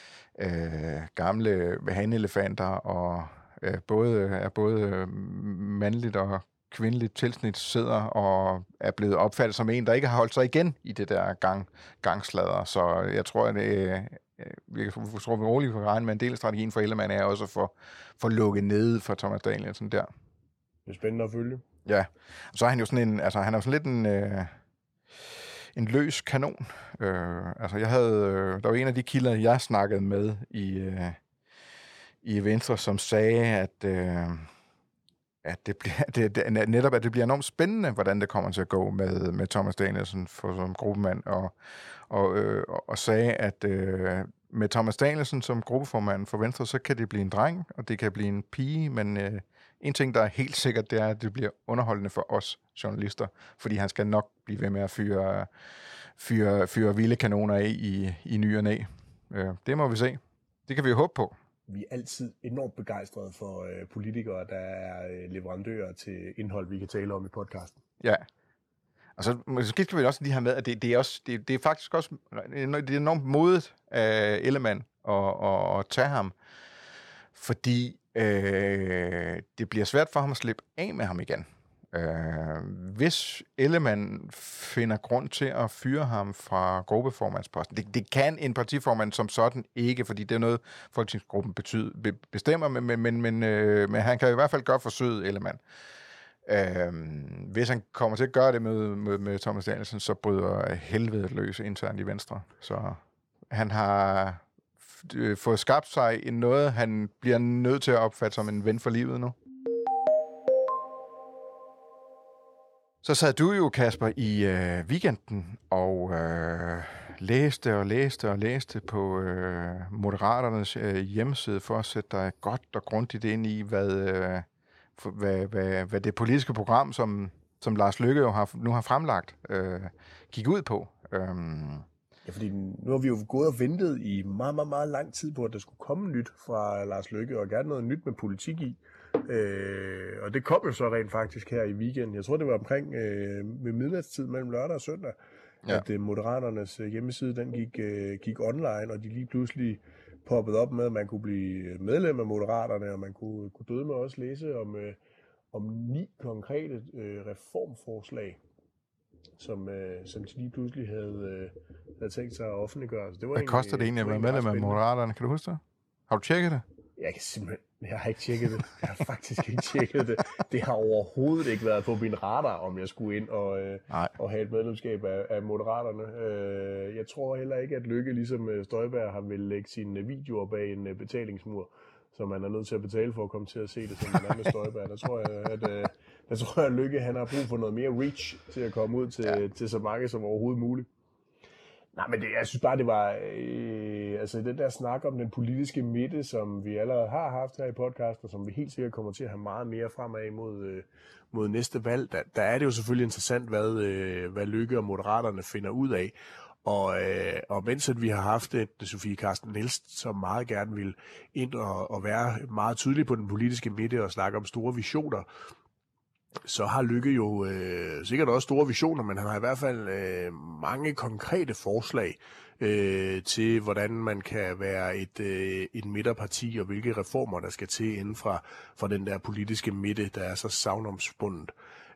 gamle hanelefanter og både mandligt og kvindeligt tilsnit sidder og er blevet opfattet som en, der ikke har holdt sig igen i det der gangslader. Så jeg tror, at vi roligt kan regne med en del af strategien for Ellemann er også for lukket ned for Thomas Danielsen der. Det er spændende at følge. Ja, så er han jo sådan en, altså han er jo sådan lidt en løs kanon. Altså der var en af de kilder, jeg snakkede med i Venstre, som sagde, at det bliver enormt spændende, hvordan det kommer til at gå med Thomas Danielsen som gruppemand, og sagde, at med Thomas Danielsen som gruppeformand for Venstre, så kan det blive en dreng, og det kan blive en pige, men en ting, der er helt sikkert, det er, at det bliver underholdende for os journalister, fordi han skal nok blive ved med at fyre vilde kanoner af i ny og næ. Det må vi se. Det kan vi jo håbe på. Vi er altid enormt begejstrede for politikere, der er leverandører til indhold, vi kan tale om i podcasten. Ja. Og så måske skal vi også lige have med, at det er faktisk også det er enormt modigt af Ellemann at tage ham, fordi det bliver svært for ham at slippe af med ham igen. Hvis Ellemann finder grund til at fyre ham fra gruppeformandsposten, det kan en partiformand som sådan ikke, fordi det er noget, folketingsgruppen bestemmer, men han kan i hvert fald gøre forsøget, Ellemann. Hvis han kommer til at gøre det med Thomas Danielsen, så bryder helvede løs internt i Venstre. Så han har fået skabt sig noget, han bliver nødt til at opfatte som en ven for livet nu. Så sad du jo, Kasper, i weekenden og læste på Moderaternes hjemmeside for at sætte dig godt og grundigt ind i, hvad det politiske program, som Lars Løkke jo nu har fremlagt, gik ud på. Ja, fordi nu har vi jo gået og ventet i meget, meget, meget lang tid på, at der skulle komme nyt fra Lars Løkke, og gerne noget nyt med politik i. Og det kom jo så rent faktisk her i weekenden. Jeg tror, det var omkring ved midnatstid mellem lørdag og søndag, at Moderaternes hjemmeside den gik online, og de lige pludselig poppede op med, at man kunne blive medlem af Moderaterne, og man kunne døde med også læse om 9 konkrete reformforslag, som de lige pludselig havde tænkt sig at offentliggøre. Så det var hvad koster det egentlig at være medlem af Moderaterne? Kan du huske det? Har du tjekket det? Jeg har ikke tjekket det. Jeg har faktisk ikke tjekket det. Det har overhovedet ikke været på min radar, om jeg skulle ind og have et medlemskab af Moderaterne. Jeg tror heller ikke, at Løkke, ligesom Støjberg, har vil lægge sine videoer bag en betalingsmur, så man er nødt til at betale for at komme til at se det, som man er med Støjberg. Der tror jeg, at Løkke han har brug for noget mere reach til at komme ud til så mange som overhovedet muligt. Nej, men jeg synes bare, det var altså den der snak om den politiske midte, som vi allerede har haft her i podcasten, og som vi helt sikkert kommer til at have meget mere fremad mod næste valg. Der er det jo selvfølgelig interessant, hvad Løkke og Moderaterne finder ud af. Og mens at vi har haft Sofie Carsten Nielsen, som meget gerne vil ind og være meget tydelig på den politiske midte og snakke om store visioner, så har Løkke jo sikkert også store visioner, men han har i hvert fald mange konkrete forslag til, hvordan man kan være et midterparti, og hvilke reformer, der skal til inden fra den der politiske midte, der er så savnomspundet.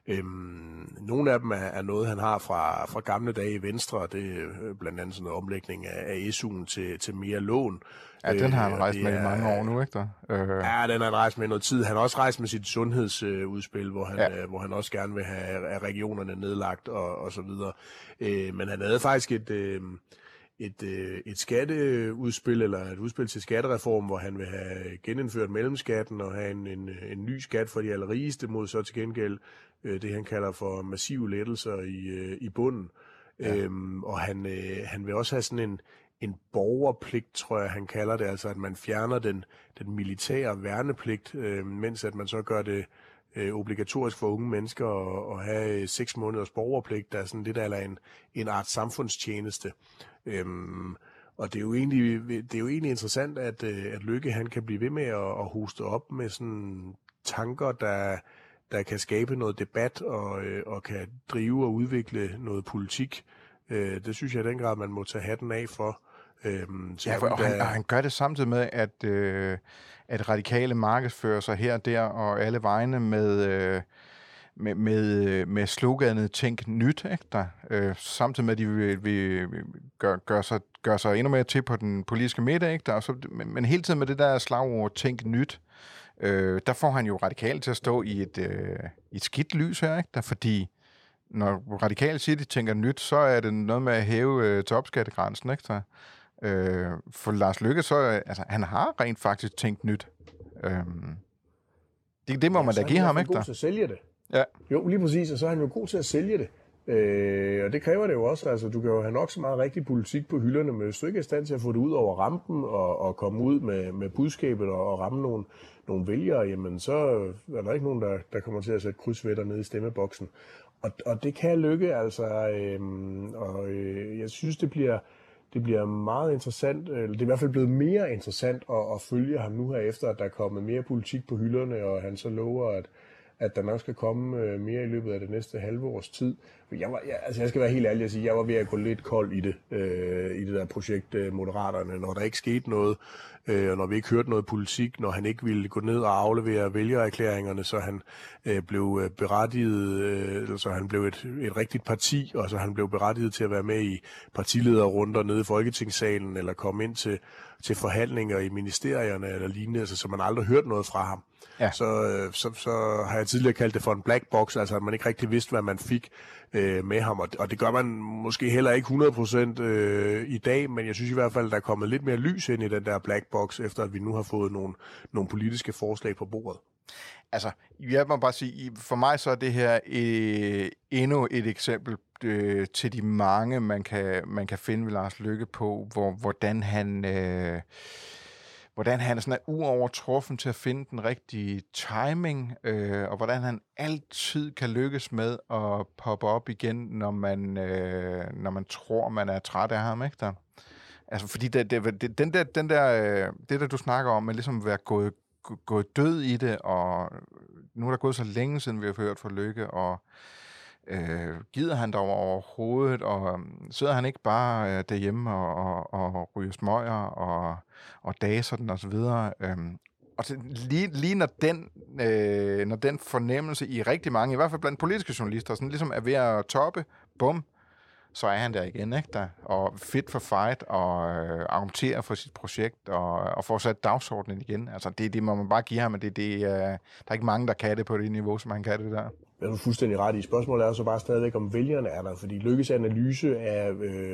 Nogle af dem er noget, han har fra gamle dage i Venstre, det er blandt andet sådan en omlægning af SU'en til mere lån. Ja, den har han rejst med i mange år nu, ikke der? Ja, den har han rejst med noget tid. Han har også rejst med sit sundhedsudspil, hvor han også gerne vil have regionerne nedlagt og så videre. Men han havde faktisk et skatteudspil, eller et udspil til skattereform, hvor han vil have genindført mellemskatten og have en ny skat for de allerrigeste, mod så til gengæld det, han kalder for massive lettelser i bunden. Ja. Og han vil også have sådan en borgerpligt, tror jeg, han kalder det, altså at man fjerner den militære værnepligt, mens at man så gør det obligatorisk for unge mennesker at have 6 måneders borgerpligt, der er sådan lidt eller en art samfundstjeneste. Og det er jo egentlig interessant, at Løkke han kan blive ved med at hoste op med sådan tanker, der kan skabe noget debat og kan drive og udvikle noget politik. Det synes jeg i den grad, man må tage hatten af for. Og han gør det samtidig med, at radikale markedsfører sig her og der og alle vegne med sloganet Tænk nyt, ikke? Samtidig med, at de vil gør sig endnu mere til på den politiske midte, ikke? Men hele tiden med det der slagord Tænk nyt, der får han jo radikale til at stå i et skidt lys her, ikke? Fordi når radikale siger, de tænker nyt, så er det noget med at hæve topskattegrænsen, ikke? For Lars Løkke, så han har rent faktisk tænkt nyt. Det må man da give ham, ikke? Han er god til at sælge det. Ja. Jo, lige præcis, og så er han jo god til at sælge det. Og det kræver det jo også. Altså, du kan jo have nok så meget rigtig politik på hylderne, men hvis du ikke er i stand til at få det ud over rampen og komme ud med budskabet og ramme nogle vælgere, jamen så er der ikke nogen, der kommer til at sætte krydsvætter nede i stemmeboksen. Og det kan Løkke, altså. Jeg synes, det bliver meget interessant, eller det er i hvert fald blevet mere interessant at følge ham nu her efter, at der er kommet mere politik på hylderne, og han så lover, at der nok skal komme mere i løbet af det næste halve års tid. Jeg skal være helt ærlig at sige, at jeg var ved at gå lidt kold i det der projekt Moderaterne, når der ikke skete noget, og når vi ikke hørte noget politik, når han ikke ville gå ned og aflevere vælgererklæringerne, så han blev berettiget, så han blev et rigtigt parti, og så han blev berettiget til at være med i partilederrunder nede i Folketingssalen, eller komme ind til forhandlinger i ministerierne eller lignende, altså, så man aldrig hørt noget fra ham. Ja. Så har jeg tidligere kaldt det for en black box, altså at man ikke rigtig vidste, hvad man fik med ham, og det gør man måske heller ikke 100% i dag, men jeg synes i hvert fald, at der er kommet lidt mere lys ind i den der black box, efter at vi nu har fået nogle politiske forslag på bordet. Altså, jeg må bare sige, for mig så er det her endnu et eksempel til de mange, man kan finde ved Lars Løkke på, hvordan han sådan er uovertruffen til at finde den rigtige timing, og hvordan han altid kan lykkes med at poppe op igen, når man tror, man er træt af ham, ikke der? Altså, fordi det der du snakker om, at ligesom være gået død i det, og nu er der gået så længe siden, vi har hørt fra Løkke, og gider han dog overhovedet, og sidder han ikke bare derhjemme og ryger smøger og daser den og så videre. Og lige når den fornemmelse i rigtig mange, i hvert fald blandt politiske journalister, sådan ligesom er ved at toppe, bum, så er han der igen, ikke der? Og fit for fight, og argumenterer for sit projekt, og får sat dagsordenen igen. Altså, det må man bare give ham, men der er ikke mange, der kan det på det niveau, som han kan det der. Det er du fuldstændig ret i. Spørgsmålet er så bare stadigvæk, om vælgerne er der, fordi Løkkes analyse af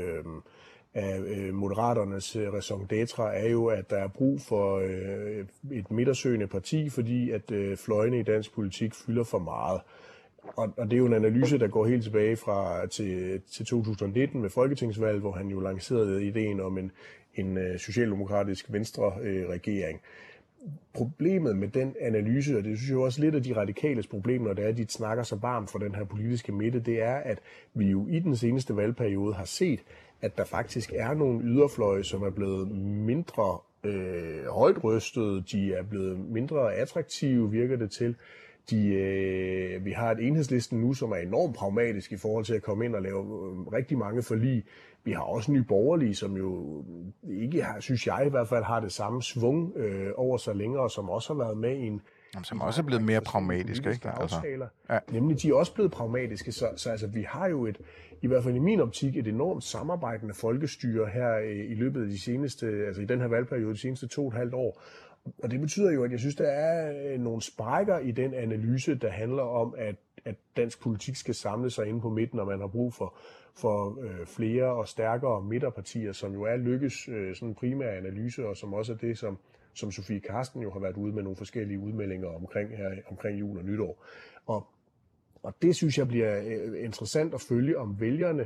Moderaternes raison d'être er jo, at der er brug for et midtersøgende parti, fordi at fløjene i dansk politik fylder for meget. Og det er jo en analyse, der går helt tilbage til 2019 med folketingsvalget, hvor han jo lancerede ideen om en socialdemokratisk venstre-regering. Problemet med den analyse, og det synes jeg også lidt af de radikales problem, når det er, at de snakker så varmt for den her politiske midte, det er, at vi jo i den seneste valgperiode har set, at der faktisk er nogle yderfløje, som er blevet mindre højtrøstede, de er blevet mindre attraktive, virker det til. Vi har et Enhedslisten nu, som er enormt pragmatisk i forhold til at komme ind og lave rigtig mange forlig. Vi har også Nye Borgerlige, som jo ikke har, synes jeg i hvert fald, har det samme svung over sig længere, som også har været med i en... Som også er blevet mere pragmatiske, ikke? Altså. Ja. Nemlig, de er også blevet pragmatiske, så altså, vi har jo i hvert fald i min optik, et enormt samarbejdende folkestyre her i løbet af de seneste, altså i den her valgperiode, de seneste 2,5 år. Og det betyder jo, at jeg synes, der er nogle sprækker i den analyse, der handler om, at dansk politik skal samle sig inde på midten, og man har brug for flere og stærkere midterpartier, som jo er Løkkes sådan en primær analyse, og som også er det, som Sofie Carsten jo har været ude med nogle forskellige udmeldinger omkring jul og nytår. Og det synes jeg bliver interessant at følge, om vælgerne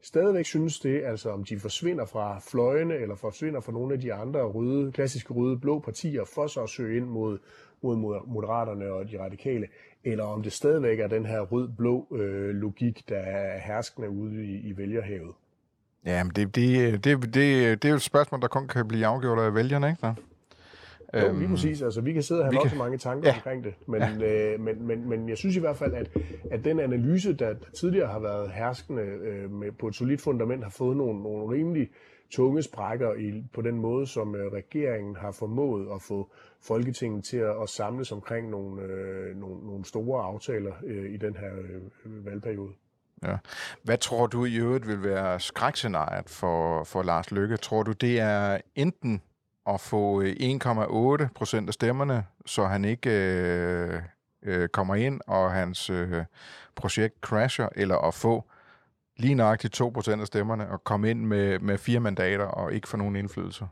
stadigvæk synes det, altså om de forsvinder fra fløjene, eller forsvinder fra nogle af de andre klassiske røde-blå partier, for så at søge ind mod Moderaterne og de radikale, eller om det stadigvæk er den her rød-blå logik, der er herskende ude i vælgerhavet. Ja, men det er jo et spørgsmål, der kun kan blive afgjort af vælgerne, ikke der? Jo, lige præcis. Altså, vi kan sidde og have så mange tanker omkring det, men jeg synes i hvert fald, at den analyse, der tidligere har været herskende på et solidt fundament, har fået nogle rimelig tunge sprækker på den måde, som regeringen har formået at få Folketinget til at samles omkring nogle store aftaler i den her valgperiode. Ja. Hvad tror du i øvrigt vil være skrækscenariet for Lars Løkke? Tror du, det er enten at få 1,8% af stemmerne, så han ikke kommer ind, og hans projekt crasher, eller at få lige nøjagtigt 2% af stemmerne, og komme ind med 4 mandater, og ikke få nogen indflydelse?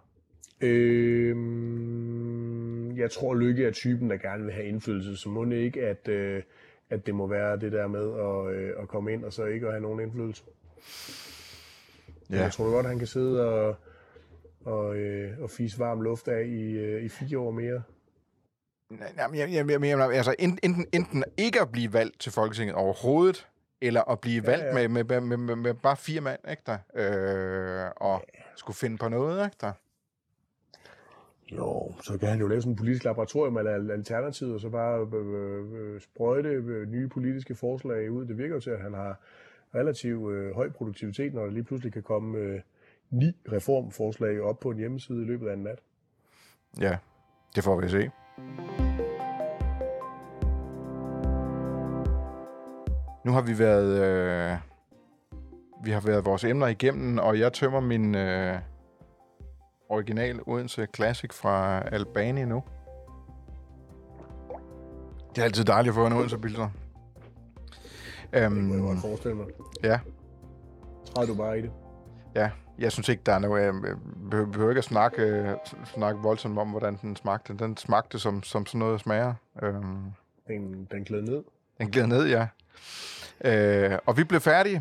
Jeg tror, Løkke er typen, der gerne vil have indflydelse, så må det ikke, at det må være det der med at komme ind, og så ikke at have nogen indflydelse. Ja. Jeg tror godt, han kan sidde og fise varm luft af i 4 år mere. Jamen, altså enten ikke at blive valgt til Folketinget overhovedet, eller at blive valgt med bare 4 mand, ikke der? Og skulle finde på noget, ikke der? Jo, så kan han jo lave sådan en politisk laboratorium eller alternativ, og så bare sprøjte nye politiske forslag ud. Det virker jo til, at han har relativt høj produktivitet, når der lige pludselig kan komme 9 reformforslag op på en hjemmeside i løbet af en nat. Ja, det får vi se. Nu har vi været vores emner igennem, og jeg tømmer min original Odense Classic fra Albani nu. Det er altid dejligt at få en Odense-bilder. Det må jeg godt forestille mig. Ja. Træder du bare i det? Ja, jeg synes ikke, der er noget... Jeg behøver ikke at snakke voldsomt om, hvordan den smagte. Den smagte som sådan noget smager. Den gled ned? Den gled ned, ja. Og vi blev færdige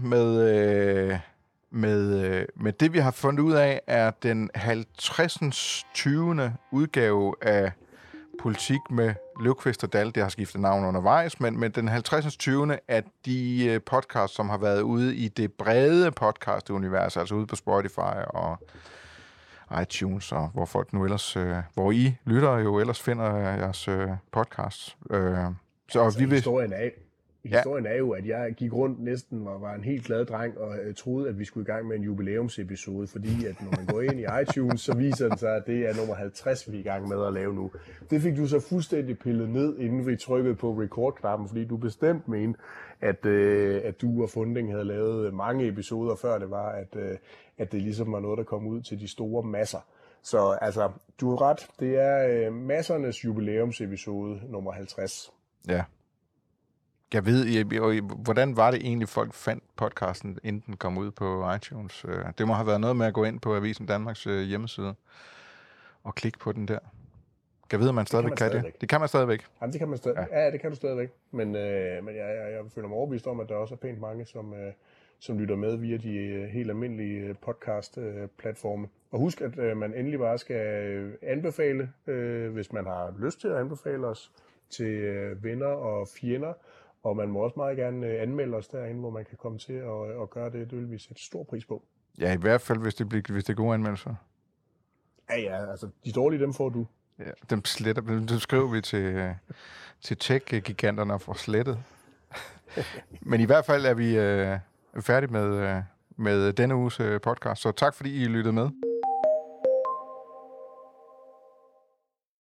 med det, vi har fundet ud af, er den 50. 20. udgave af Politik med Løvqvist og Dahl. Det har skiftet navn undervejs, men den 50. 20. af de podcasts, som har været ude i det brede podcast-univers, altså ude på Spotify og iTunes, og hvor folk nu ellers, hvor I lytter jo ellers finder jeres podcasts. Så altså, vi vil... Historien er jo, at jeg gik rundt næsten og var en helt glad dreng og troede, at vi skulle i gang med en jubilæumsepisode, fordi at når man går ind i iTunes, så viser den sig, at det er nummer 50, vi er i gang med at lave nu. Det fik du så fuldstændig pillet ned, inden vi trykkede på record-knappen, fordi du bestemt mente, at du og Funding havde lavet mange episoder, før det var, at det ligesom var noget, der kom ud til de store masser. Så altså, du har ret. Det er massernes jubilæumsepisode nummer 50. Ja. Jeg ved, hvordan var det egentlig, folk fandt podcasten, inden den kom ud på iTunes? Det må have været noget med at gå ind på Avisen Danmarks hjemmeside og klikke på den der. Jeg ved, at man stadigvæk kan det. Det kan man stadigvæk. Jamen, det kan man stadigvæk. Ja, det kan du stadigvæk. Men jeg føler mig overbevist om, at der også er pænt mange, som lytter med via de helt almindelige podcast-platforme. Og husk, at man endelig bare skal anbefale, hvis man har lyst til at anbefale os til venner og fjender. Og man må også meget gerne anmelde os derinde, hvor man kan komme til at gøre det. Det vil vi sætte stor pris på. Ja, i hvert fald, hvis det er gode anmeldelser. Ja, altså de dårlige, dem får du. Ja, dem skriver vi til tech-giganterne og får slettet. Men i hvert fald er vi færdige med denne uges podcast. Så tak, fordi I lyttede med.